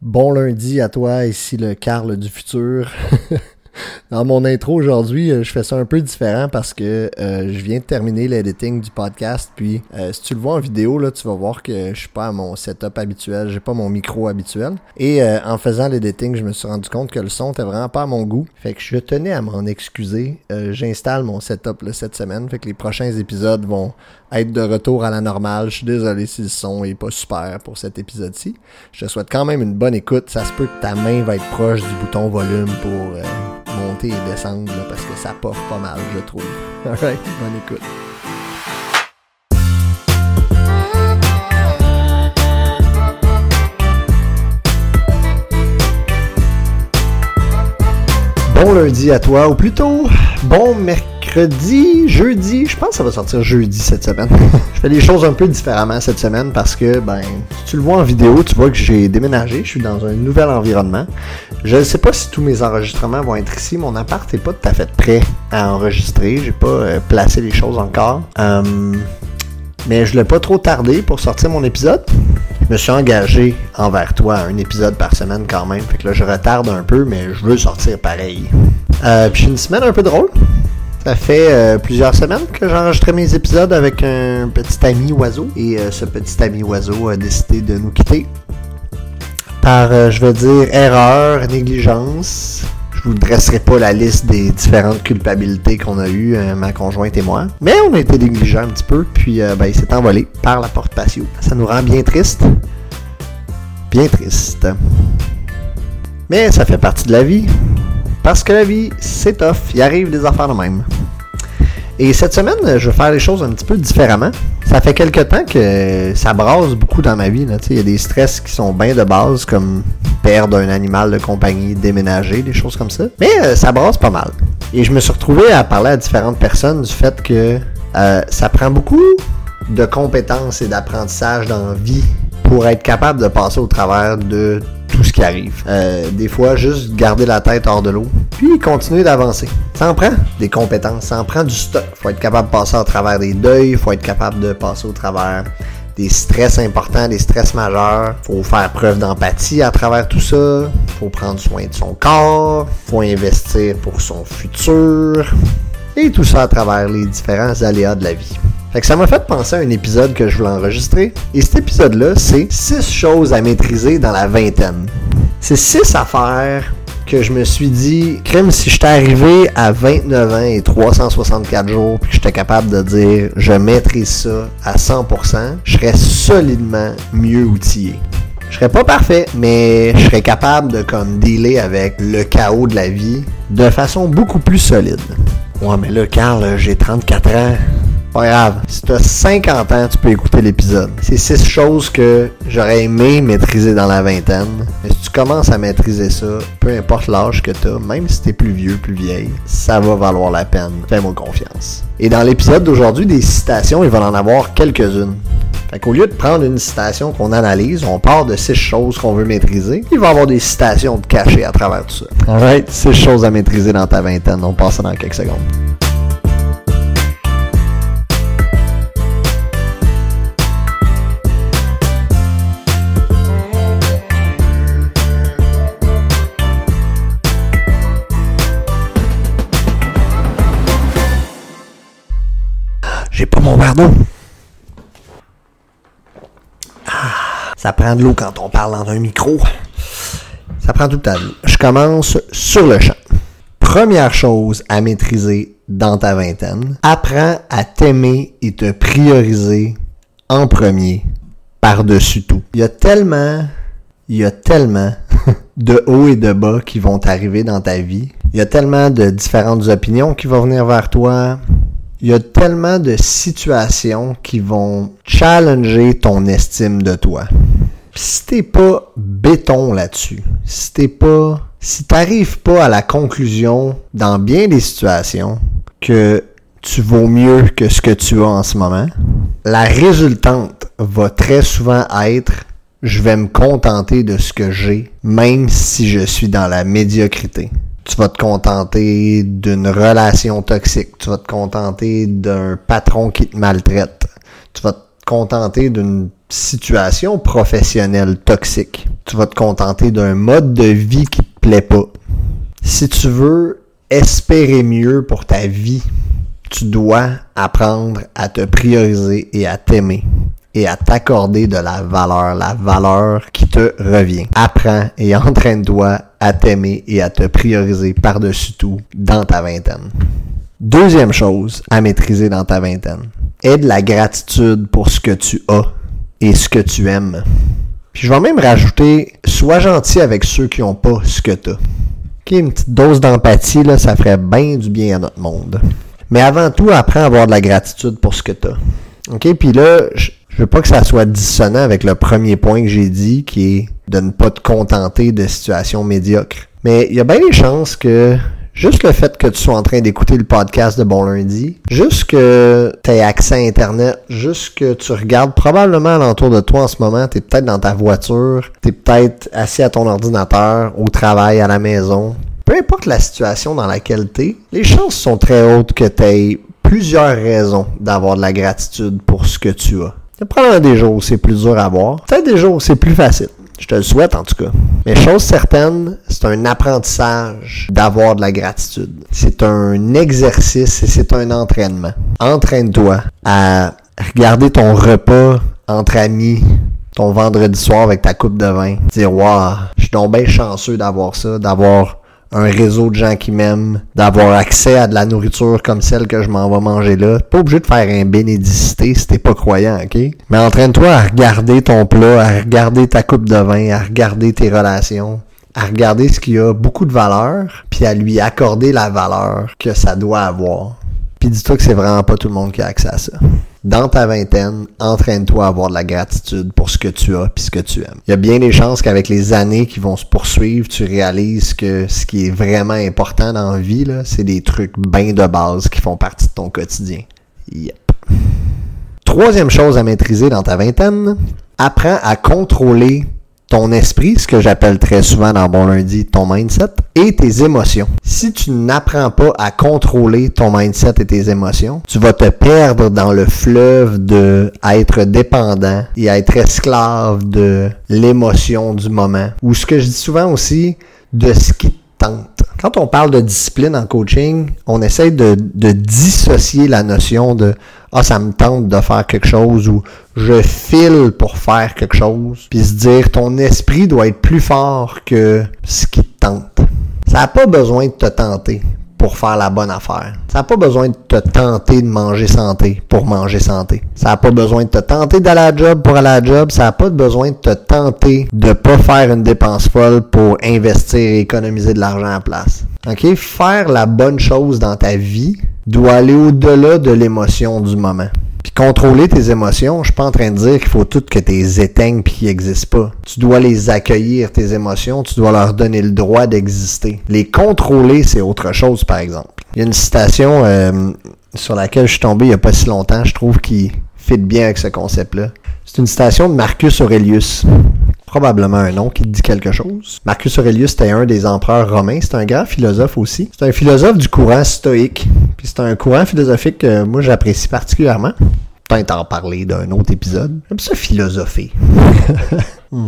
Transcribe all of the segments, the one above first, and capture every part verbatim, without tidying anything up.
Bon lundi à toi, ici le Carl du futur. Dans mon intro aujourd'hui, je fais ça un peu différent parce que euh, je viens de terminer l'editing du podcast. Puis euh, si tu le vois en vidéo, là, tu vas voir que je suis pas à mon setup habituel, j'ai pas mon micro habituel. Et euh, en faisant l'editing, je me suis rendu compte que le son était vraiment pas à mon goût. Fait que je tenais à m'en excuser. Euh, j'installe mon setup là, cette semaine. Fait que les prochains épisodes vont être de retour à la normale. Je suis désolé si le son est pas super pour cet épisode-ci. Je te souhaite quand même une bonne écoute. Ça se peut que ta main va être proche du bouton volume pour euh, monter et descendre là, parce que ça poffe pas mal, je trouve. Alright, bonne écoute. Bon lundi à toi, ou plutôt bon mercredi, jeudi. Je pense que ça va sortir jeudi cette semaine. Je fais les choses un peu différemment cette semaine parce que, ben, si tu le vois en vidéo, tu vois que j'ai déménagé. Je suis dans un nouvel environnement. Je ne sais pas si tous mes enregistrements vont être ici. Mon appart n'est pas tout à fait prêt à enregistrer. J'ai pas euh, placé les choses encore. Euh, mais je ne l'ai pas trop tardé pour sortir mon épisode. Je me suis engagé envers toi à un épisode par semaine quand même. Fait que là, je retarde un peu, mais je veux sortir pareil. Euh, puis j'ai une semaine un peu drôle. Ça fait euh, plusieurs semaines que j'enregistrais mes épisodes avec un petit ami oiseau. Et euh, ce petit ami oiseau a décidé de nous quitter. Par, euh, je vais dire, erreur, négligence. Je vous dresserai pas la liste des différentes culpabilités qu'on a eues, euh, ma conjointe et moi. Mais on a été négligents un petit peu, puis euh, ben, il s'est envolé par la porte patio. Ça nous rend bien triste. Bien triste. Mais ça fait partie de la vie. Parce que la vie, c'est tough. Il arrive des affaires de même. Et cette semaine, je vais faire les choses un petit peu différemment. Ça fait quelque temps que ça brasse beaucoup dans ma vie. Il y a des stress qui sont bien de base, comme perdre un animal de compagnie, déménager, des choses comme ça. Mais euh, ça brasse pas mal. Et je me suis retrouvé à parler à différentes personnes du fait que euh, ça prend beaucoup de compétences et d'apprentissage dans la vie pour être capable de passer au travers de tout ce qui arrive. Euh, des fois, juste garder la tête hors de l'eau, puis continuer d'avancer. Ça en prend des compétences, ça en prend du stock. Faut être capable de passer au travers des deuils, faut être capable de passer au travers des stress importants, des stress majeurs. Faut faire preuve d'empathie à travers tout ça. Faut prendre soin de son corps. Faut investir pour son futur. Et tout ça à travers les différents aléas de la vie. Fait que ça m'a fait penser à un épisode que je voulais enregistrer. Et cet épisode-là, c'est six choses à maîtriser dans la vingtaine. C'est six affaires que je me suis dit, crème, si j'étais arrivé à vingt-neuf ans et trois cent soixante-quatre jours, puis que j'étais capable de dire, je maîtrise ça à cent pour cent, je serais solidement mieux outillé. Je serais pas parfait, mais je serais capable de comme dealer avec le chaos de la vie de façon beaucoup plus solide. Ouais, mais là, Carl, j'ai trente-quatre ans. Pas grave. Si tu as cinquante ans, tu peux écouter l'épisode. C'est six choses que j'aurais aimé maîtriser dans la vingtaine. Mais si tu commences à maîtriser ça, peu importe l'âge que tu as, même si tu es plus vieux, plus vieille, ça va valoir la peine. Fais-moi confiance. Et dans l'épisode d'aujourd'hui, des citations, il va en avoir quelques-unes. Fait qu'au lieu de prendre une citation qu'on analyse, on part de six choses qu'on veut maîtriser. Il va y avoir des citations de cachées à travers tout ça. Alright, six choses à maîtriser dans ta vingtaine. On passe ça dans quelques secondes. J'ai pas mon verre d'eau. Ah, ça prend de l'eau quand on parle dans un micro. Ça prend tout le temps de l'eau. Je commence sur le champ. Première chose à maîtriser dans ta vingtaine. Apprends à t'aimer et te prioriser en premier, par-dessus tout. Il y a tellement, il y a tellement de hauts et de bas qui vont t'arriver dans ta vie. Il y a tellement de différentes opinions qui vont venir vers toi. Il y a tellement de situations qui vont challenger ton estime de toi. Puis si t'es pas béton là-dessus, si t'es pas, si t'arrives pas à la conclusion dans bien des situations que tu vaux mieux que ce que tu as en ce moment, la résultante va très souvent être « je vais me contenter de ce que j'ai, même si je suis dans la médiocrité ». Tu vas te contenter d'une relation toxique. Tu vas te contenter d'un patron qui te maltraite. Tu vas te contenter d'une situation professionnelle toxique, tu vas te contenter d'un mode de vie qui te plaît pas. Si tu veux espérer mieux pour ta vie, tu dois apprendre à te prioriser et à t'aimer et à t'accorder de la valeur, la valeur qui te revient. Apprends et entraîne-toi à t'aimer et à te prioriser par-dessus tout dans ta vingtaine. Deuxième chose à maîtriser dans ta vingtaine, aie de la gratitude pour ce que tu as et ce que tu aimes. Puis je vais même rajouter, sois gentil avec ceux qui n'ont pas ce que tu as. Okay, une petite dose d'empathie, là, ça ferait bien du bien à notre monde. Mais avant tout, apprends à avoir de la gratitude pour ce que tu as. OK? Puis là, je, je veux pas que ça soit dissonant avec le premier point que j'ai dit, qui est de ne pas te contenter de situations médiocres. Mais il y a bien des chances que juste le fait que tu sois en train d'écouter le podcast de Bon Lundi, juste que tu aies accès à Internet, juste que tu regardes probablement alentour de toi en ce moment, tu es peut-être dans ta voiture, tu es peut-être assis à ton ordinateur, au travail, à la maison. Peu importe la situation dans laquelle tu es, les chances sont très hautes que tu aies plusieurs raisons d'avoir de la gratitude pour ce que tu as. Il y a probablement des jours où c'est plus dur à avoir, peut-être des jours où c'est plus facile. Je te le souhaite en tout cas. Mais chose certaine, c'est un apprentissage d'avoir de la gratitude. C'est un exercice et c'est un entraînement. Entraîne-toi à regarder ton repas entre amis, ton vendredi soir avec ta coupe de vin. Dire, waouh, je suis donc bien chanceux d'avoir ça, d'avoir un réseau de gens qui m'aiment, d'avoir accès à de la nourriture comme celle que je m'en vais manger là. T'es pas obligé de faire un bénédicité si t'es pas croyant, ok? Mais entraîne-toi à regarder ton plat, à regarder ta coupe de vin, à regarder tes relations, à regarder ce qui a beaucoup de valeur, puis à lui accorder la valeur que ça doit avoir. Puis dis-toi que c'est vraiment pas tout le monde qui a accès à ça. Dans ta vingtaine, entraîne-toi à avoir de la gratitude pour ce que tu as puis ce que tu aimes. Il y a bien des chances qu'avec les années qui vont se poursuivre, tu réalises que ce qui est vraiment important dans la vie, là, c'est des trucs bien de base qui font partie de ton quotidien. Yep. Troisième chose à maîtriser dans ta vingtaine, apprends à contrôler ton esprit, ce que j'appelle très souvent dans Bon Lundi, ton mindset, et tes émotions. Si tu n'apprends pas à contrôler ton mindset et tes émotions, tu vas te perdre dans le fleuve de être dépendant et être esclave de l'émotion du moment. Ou ce que je dis souvent aussi, de ce qui te tente. Quand on parle de discipline en coaching, on essaie de, de dissocier la notion de « Ah, ça me tente de faire quelque chose » ou « Je file pour faire quelque chose », puis se dire « Ton esprit doit être plus fort que ce qui te tente ». Ça n'a pas besoin de te tenter pour faire la bonne affaire. Ça n'a pas besoin de te tenter de manger santé pour manger santé. Ça n'a pas besoin de te tenter d'aller à la job pour aller à la job. Ça n'a pas besoin de te tenter de pas faire une dépense folle pour investir et économiser de l'argent à la place. OK? Faire la bonne chose dans ta vie doit aller au-delà de l'émotion du moment. Puis contrôler tes émotions, je suis pas en train de dire qu'il faut tout que tu les éteignes puis qu'ils n'existent pas. Tu dois les accueillir, tes émotions, tu dois leur donner le droit d'exister. Les contrôler, c'est autre chose, par exemple. Il y a une citation euh, sur laquelle je suis tombé il y a pas si longtemps, je trouve qu'il fit bien avec ce concept-là. C'est une citation de Marcus Aurelius. Probablement un nom qui te dit quelque chose. Marcus Aurelius, c'était un des empereurs romains. C'est un grand philosophe aussi. C'est un philosophe du courant stoïque. Puis c'est un courant philosophique que moi j'apprécie particulièrement. Peut-être en parler d'un autre épisode. J'aime ça philosopher. hmm.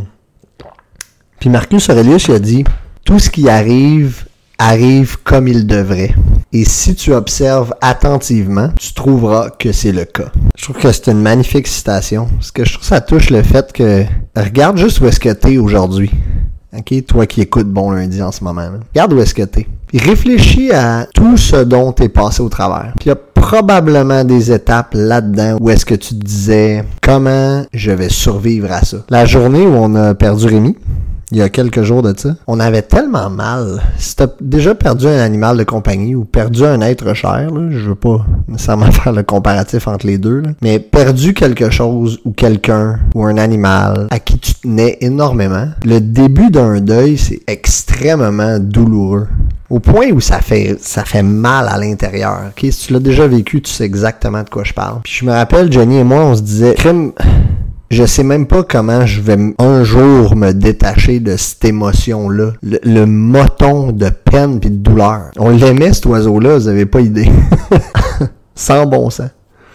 Puis Marcus Aurelius, il a dit « Tout ce qui arrive, arrive comme il devrait. Et si tu observes attentivement, tu trouveras que c'est le cas. » Je trouve que c'est une magnifique citation. Parce que je trouve que ça touche le fait que regarde juste où est-ce que t'es aujourd'hui. OK? Toi qui écoutes Bon Lundi en ce moment. Là. Regarde où est-ce que t'es. Puis réfléchis à tout ce dont t'es passé au travers. Puis il y a probablement des étapes là-dedans où est-ce que tu te disais comment je vais survivre à ça. La journée où on a perdu Rémi, il y a quelques jours de ça, on avait tellement mal. Si t'as déjà perdu un animal de compagnie ou perdu un être cher, là, je veux pas nécessairement faire le comparatif entre les deux, là, mais perdu quelque chose ou quelqu'un ou un animal à qui tu tenais énormément, le début d'un deuil, c'est extrêmement douloureux. Au point où ça fait ça fait mal à l'intérieur. Okay? Si tu l'as déjà vécu, tu sais exactement de quoi je parle. Puis je me rappelle, Jenny et moi, on se disait, crime... Je sais même pas comment je vais un jour me détacher de cette émotion-là. Le, le moton de peine pis de douleur. On l'aimait, cet oiseau-là, vous avez pas idée. Sans bon sens.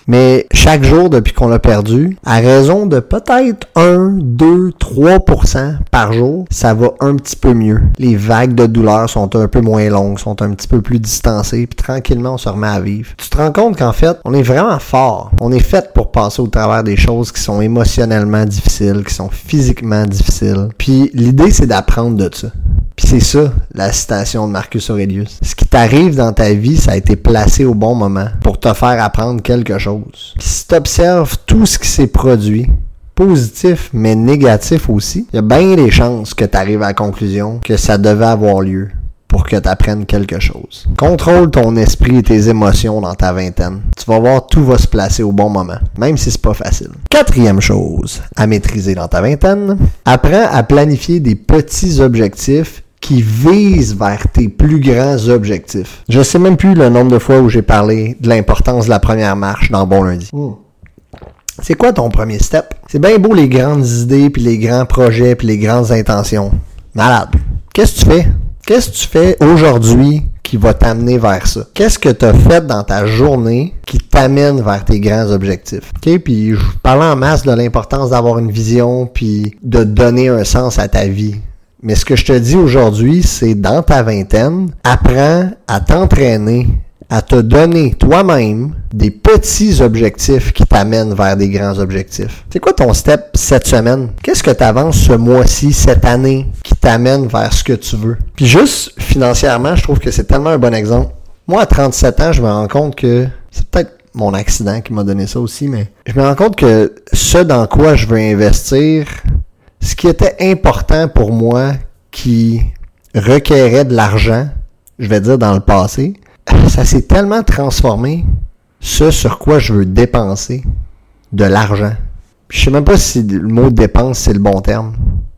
Mais chaque jour depuis qu'on l'a perdu, à raison de peut-être un, deux, trois pour cent par jour, ça va un petit peu mieux. Les vagues de douleur sont un peu moins longues, sont un petit peu plus distancées, puis tranquillement on se remet à vivre. Tu te rends compte qu'en fait, on est vraiment fort. On est fait pour passer au travers des choses qui sont émotionnellement difficiles, qui sont physiquement difficiles. Puis l'idée, c'est d'apprendre de ça. Puis c'est ça, la citation de Marcus Aurelius. Ce qui t'arrive dans ta vie, ça a été placé au bon moment pour te faire apprendre quelque chose. Puis si tu observes tout ce qui s'est produit, positif mais négatif aussi, il y a bien des chances que tu arrives à la conclusion que ça devait avoir lieu pour que tu apprennes quelque chose. Contrôle ton esprit et tes émotions dans ta vingtaine. Tu vas voir, tout va se placer au bon moment, même si c'est pas facile. Quatrième chose à maîtriser dans ta vingtaine, apprends à planifier des petits objectifs qui visent vers tes plus grands objectifs. Je sais même plus le nombre de fois où j'ai parlé de l'importance de la première marche dans Bon Lundi. Mmh. C'est quoi ton premier step? C'est bien beau les grandes idées, puis les grands projets, puis les grandes intentions. Malade. Qu'est-ce que tu fais? Qu'est-ce que tu fais aujourd'hui qui va t'amener vers ça? Qu'est-ce que tu as fait dans ta journée qui t'amène vers tes grands objectifs? OK? Puis je parlais en masse de l'importance d'avoir une vision puis de donner un sens à ta vie. Mais ce que je te dis aujourd'hui, c'est dans ta vingtaine, apprends à t'entraîner, à te donner toi-même des petits objectifs qui t'amènent vers des grands objectifs. C'est quoi ton step cette semaine? Qu'est-ce que tu avances ce mois-ci, cette année, qui t'amène vers ce que tu veux? Puis juste financièrement, je trouve que c'est tellement un bon exemple. Moi, à trente-sept ans, je me rends compte que c'est peut-être mon accident qui m'a donné ça aussi, mais je me rends compte que ce dans quoi je veux investir, ce qui était important pour moi, qui requérait de l'argent, je vais dire dans le passé, ça s'est tellement transformé, ce sur quoi je veux dépenser de l'argent. Je sais même pas si le mot dépense, c'est le bon terme.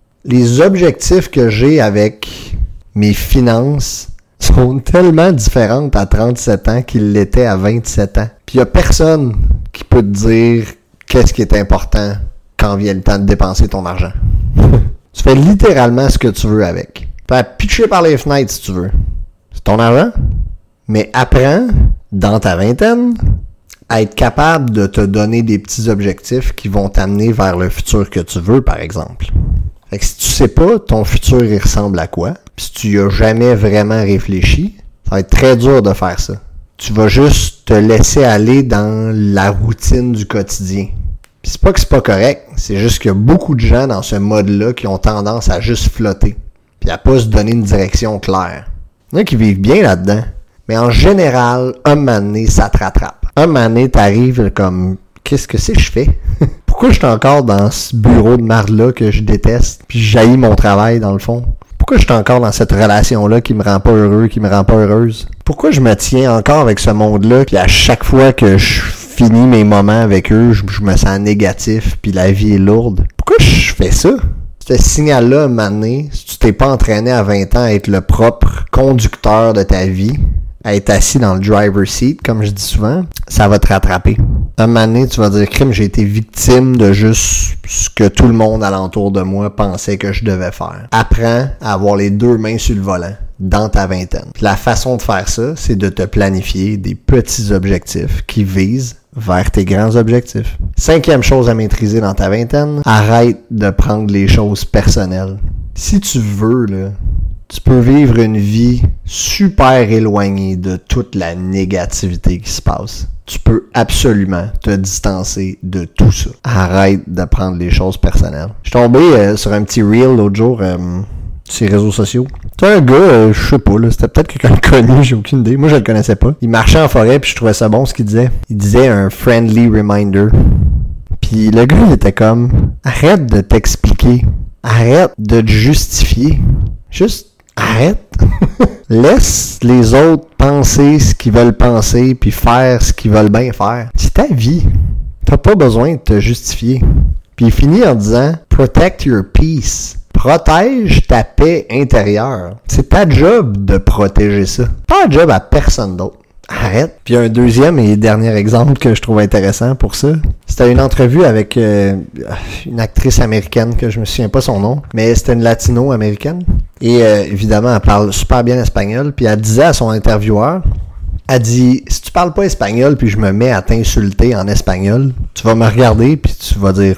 Les objectifs que j'ai avec mes finances sont tellement différentes à trente-sept ans qu'ils l'étaient à vingt-sept ans. Puis il y a personne qui peut te dire qu'est-ce qui est important quand vient le temps de dépenser ton argent. Tu fais littéralement ce que tu veux avec. Tu peux pitcher par les fenêtres si tu veux. C'est ton argent. Mais apprends, dans ta vingtaine, à être capable de te donner des petits objectifs qui vont t'amener vers le futur que tu veux, par exemple. Fait que si tu sais pas ton futur il ressemble à quoi, puis si tu y as jamais vraiment réfléchi, ça va être très dur de faire ça. Tu vas juste te laisser aller dans la routine du quotidien. Puis c'est pas que c'est pas correct, c'est juste qu'il y a beaucoup de gens dans ce mode-là qui ont tendance à juste flotter, puis à pas se donner une direction claire. Il y en a qui vivent bien là-dedans, mais en général, un moment donné, ça te rattrape. Un moment donné, t'arrives comme, qu'est-ce que c'est que je fais? Pourquoi je suis encore dans ce bureau de marde-là que je déteste, puis j'haïs mon travail dans le fond? Pourquoi je suis encore dans cette relation-là qui me rend pas heureux, qui me rend pas heureuse? Pourquoi je me tiens encore avec ce monde-là, puis à chaque fois que je finis mes moments avec eux, je, je me sens négatif, puis la vie est lourde? Pourquoi je fais ça? Ce signal-là, un moment donné, si tu t'es pas entraîné à vingt ans à être le propre conducteur de ta vie, à être assis dans le driver's seat, comme je dis souvent, ça va te rattraper. Un moment donné, tu vas dire, crime, j'ai été victime de juste ce que tout le monde alentour de moi pensait que je devais faire. Apprends à avoir les deux mains sur le volant dans ta vingtaine. Puis la façon de faire ça, c'est de te planifier des petits objectifs qui visent vers tes grands objectifs. Cinquième chose à maîtriser dans ta vingtaine, arrête de prendre les choses personnelles. Si tu veux, là, tu peux vivre une vie super éloignée de toute la négativité qui se passe. Tu peux absolument te distancer de tout ça. Arrête de prendre les choses personnelles. Je suis tombé euh, sur un petit reel l'autre jour euh, sur les réseaux sociaux. C'est un gars, euh, je sais pas, là, c'était peut-être quelqu'un de connu, j'ai aucune idée. Moi, je le connaissais pas. Il marchait en forêt, puis je trouvais ça bon ce qu'il disait. Il disait un friendly reminder. Puis le gars, il était comme, arrête de t'expliquer. Arrête de te justifier. Juste arrête. Laisse les autres penser ce qu'ils veulent penser puis faire ce qu'ils veulent bien faire. C'est ta vie. T'as pas besoin de te justifier. Puis il finit en disant « Protect your peace ». Protège ta paix intérieure. C'est ta job de protéger ça. Pas un job à personne d'autre. Arrête. Puis un deuxième et dernier exemple que je trouve intéressant pour ça, c'était une entrevue avec euh, une actrice américaine que je me souviens pas son nom, mais c'était une latino-américaine. Et euh, évidemment, elle parle super bien espagnol. Puis elle disait à son intervieweur, Elle dit, si tu parles pas espagnol puis je me mets à t'insulter en espagnol, tu vas me regarder puis tu vas dire,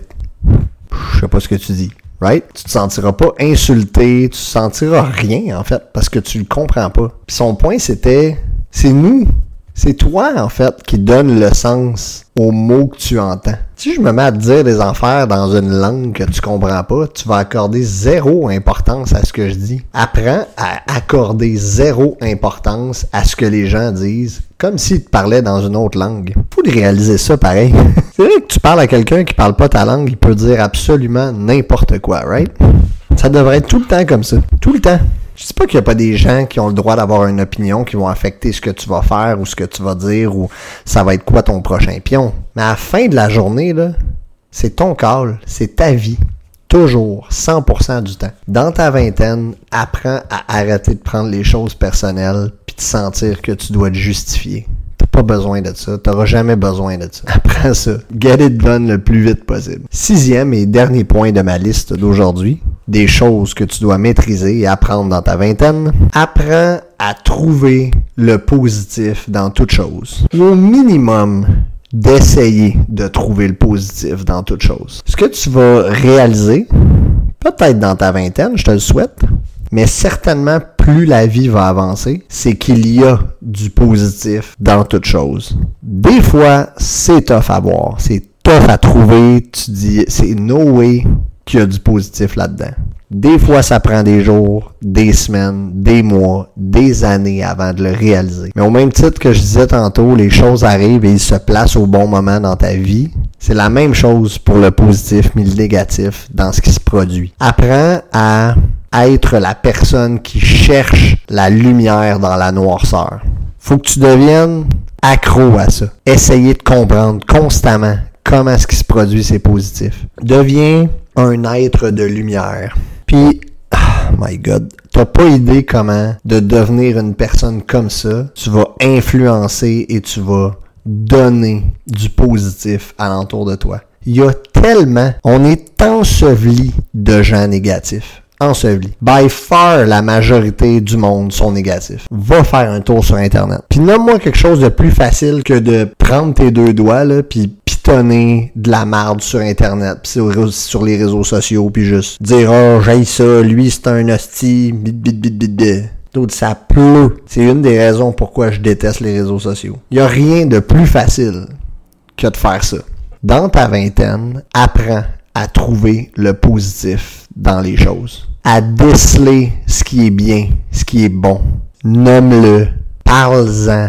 je sais pas ce que tu dis. Right? Tu te sentiras pas insulté, tu sentiras rien, en fait, parce que tu le comprends pas. Puis son point, c'était, c'est nous, c'est toi, en fait, qui donne le sens aux mots que tu entends. Si je me mets à te dire des affaires dans une langue que tu comprends pas, tu vas accorder zéro importance à ce que je dis. Apprends à accorder zéro importance à ce que les gens disent, comme s'ils te parlaient dans une autre langue. Faut réaliser ça pareil. C'est vrai que tu parles à quelqu'un qui parle pas ta langue, il peut dire absolument n'importe quoi, right? Ça devrait être tout le temps comme ça. Tout le temps. Je dis pas qu'il y a pas des gens qui ont le droit d'avoir une opinion qui vont affecter ce que tu vas faire ou ce que tu vas dire ou ça va être quoi ton prochain pion. Mais à la fin de la journée, là, c'est ton call, c'est ta vie. Toujours, cent pour cent du temps. Dans ta vingtaine, apprends à arrêter de prendre les choses personnelles puis de sentir que tu dois te justifier. T'as pas besoin de ça. T'auras jamais besoin de ça. Apprends ça. Get it done le plus vite possible. Sixième et dernier point de ma liste d'aujourd'hui. Des choses que tu dois maîtriser et apprendre dans ta vingtaine. Apprends à trouver le positif dans toute chose. Ou au minimum, d'essayer de trouver le positif dans toute chose. Ce que tu vas réaliser, peut-être dans ta vingtaine, je te le souhaite, mais certainement plus la vie va avancer, c'est qu'il y a du positif dans toute chose. Des fois, c'est tough à voir, c'est tough à trouver, tu dis, c'est no way qu'il y a du positif là-dedans. Des fois, ça prend des jours, des semaines, des mois, des années avant de le réaliser. Mais au même titre que je disais tantôt, les choses arrivent et ils se placent au bon moment dans ta vie. C'est la même chose pour le positif mais le négatif dans ce qui se produit. Apprends à être la personne qui cherche la lumière dans la noirceur. Faut que tu deviennes accro à ça. Essayez de comprendre constamment comment ce qui se produit, c'est positif. Deviens un être de lumière. Puis, oh my God, t'as pas idée comment de devenir une personne comme ça, tu vas influencer et tu vas donner du positif alentour de toi. Il y a tellement, on est enseveli de gens négatifs. Enseveli. By far, la majorité du monde sont négatifs. Va faire un tour sur Internet. Puis nomme-moi quelque chose de plus facile que de prendre tes deux doigts, là, puis pitonner de la merde sur Internet, puis sur, sur les réseaux sociaux, puis juste dire « Oh, j'haïs ça, lui c'est un hostie, bit bit bit bit bit. » D'autres, ça pleut. C'est une des raisons pourquoi je déteste les réseaux sociaux. Il n'y a rien de plus facile que de faire ça. Dans ta vingtaine, apprends à trouver le positif dans les choses. À déceler ce qui est bien, ce qui est bon. Nomme-le, parle-en,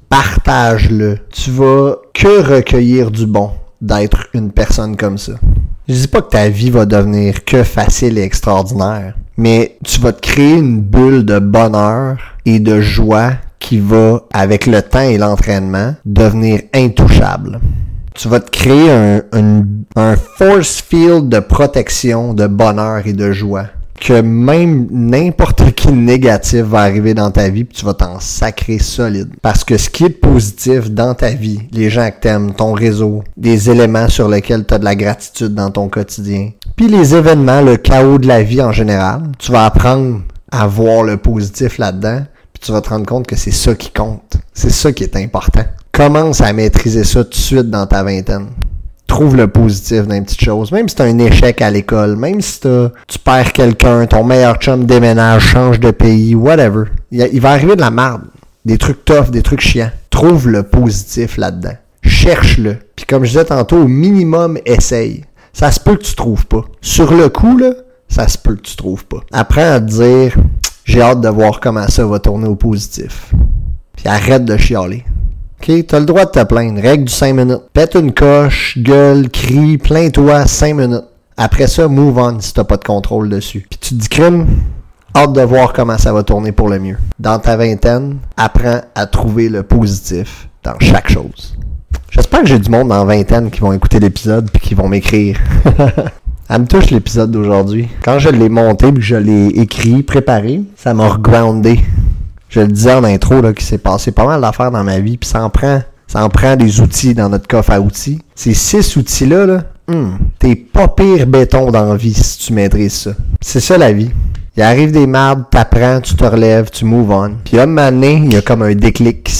partage-le. Tu vas que recueillir du bon d'être une personne comme ça. Je dis pas que ta vie va devenir que facile et extraordinaire, mais tu vas te créer une bulle de bonheur et de joie qui va, avec le temps et l'entraînement, devenir intouchable. Tu vas te créer un, un, un force field de protection, de bonheur et de joie. Que même n'importe qui négatif va arriver dans ta vie, puis tu vas t'en sacrer solide. Parce que ce qui est positif dans ta vie, les gens que t'aimes, ton réseau, des éléments sur lesquels tu as de la gratitude dans ton quotidien, puis les événements, le chaos de la vie en général, tu vas apprendre à voir le positif là-dedans, puis tu vas te rendre compte que c'est ça qui compte. C'est ça qui est important. Commence à maîtriser ça tout de suite dans ta vingtaine. Trouve le positif dans les petites choses. Même si t'as un échec à l'école, même si t'as, tu perds quelqu'un, ton meilleur chum déménage, change de pays, whatever. Il, il va arriver de la merde. Des trucs tough, des trucs chiants. Trouve le positif là-dedans. Cherche-le. Puis comme je disais tantôt, au minimum, essaye. Ça se peut que tu trouves pas. Sur le coup, là, ça se peut que tu trouves pas. Apprends à te dire, j'ai hâte de voir comment ça va tourner au positif. Puis arrête de chialer. OK, t'as le droit de te plaindre. Règle du cinq minutes. Pète une coche, gueule, crie, plains-toi cinq minutes. Après ça, move on si t'as pas de contrôle dessus. Puis tu te dis crime, hâte de voir comment ça va tourner pour le mieux. Dans ta vingtaine, apprends à trouver le positif dans chaque chose. J'espère que j'ai du monde dans la vingtaine qui vont écouter l'épisode puis qui vont m'écrire. Elle me touche l'épisode d'aujourd'hui. Quand je l'ai monté puis que je l'ai écrit, préparé, ça m'a regroundé. Je le disais en intro là, qu'il s'est passé pas mal d'affaires dans ma vie, puis ça en prend, ça en prend des outils dans notre coffre à outils. Ces six outils-là, là, hum, t'es pas pire béton dans la vie si tu maîtrises ça. C'est ça la vie. Il arrive des merdes, t'apprends, tu te relèves, tu move on. Puis à un moment donné, il y a comme un déclic qui se fait.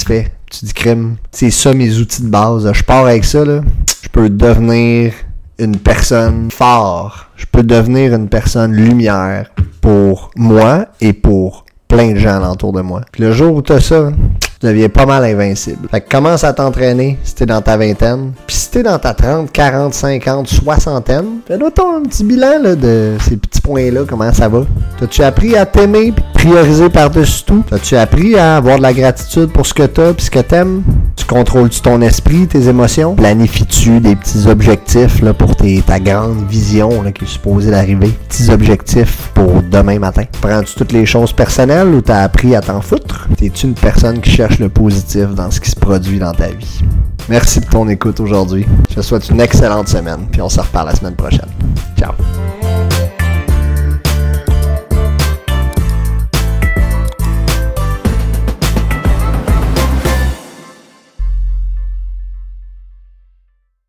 Tu dis crime, c'est ça mes outils de base. Je pars avec ça, là. Je peux devenir une personne forte. Je peux devenir une personne lumière pour moi et pour plein de gens alentour de moi. Puis le jour où t'as ça, tu deviens pas mal invincible. Fait que commence à t'entraîner si t'es dans ta vingtaine. Puis si t'es dans ta trente, quarante, cinquante, soixantaine, fais-toi ton petit bilan là, de ces petits points-là, comment ça va. T'as-tu appris à t'aimer puis prioriser par-dessus tout? T'as-tu appris à avoir de la gratitude pour ce que t'as puis ce que t'aimes? Tu contrôles-tu ton esprit, tes émotions? Planifies-tu des petits objectifs là, pour tes, ta grande vision là, qui est supposée d'arriver? Petits objectifs pour demain matin. Prends-tu toutes les choses personnelles ou t'as appris à t'en foutre? T'es-tu une personne qui cherche le positif dans ce qui se produit dans ta vie? Merci de ton écoute aujourd'hui. Je te souhaite une excellente semaine, puis on se reparle la semaine prochaine. Ciao!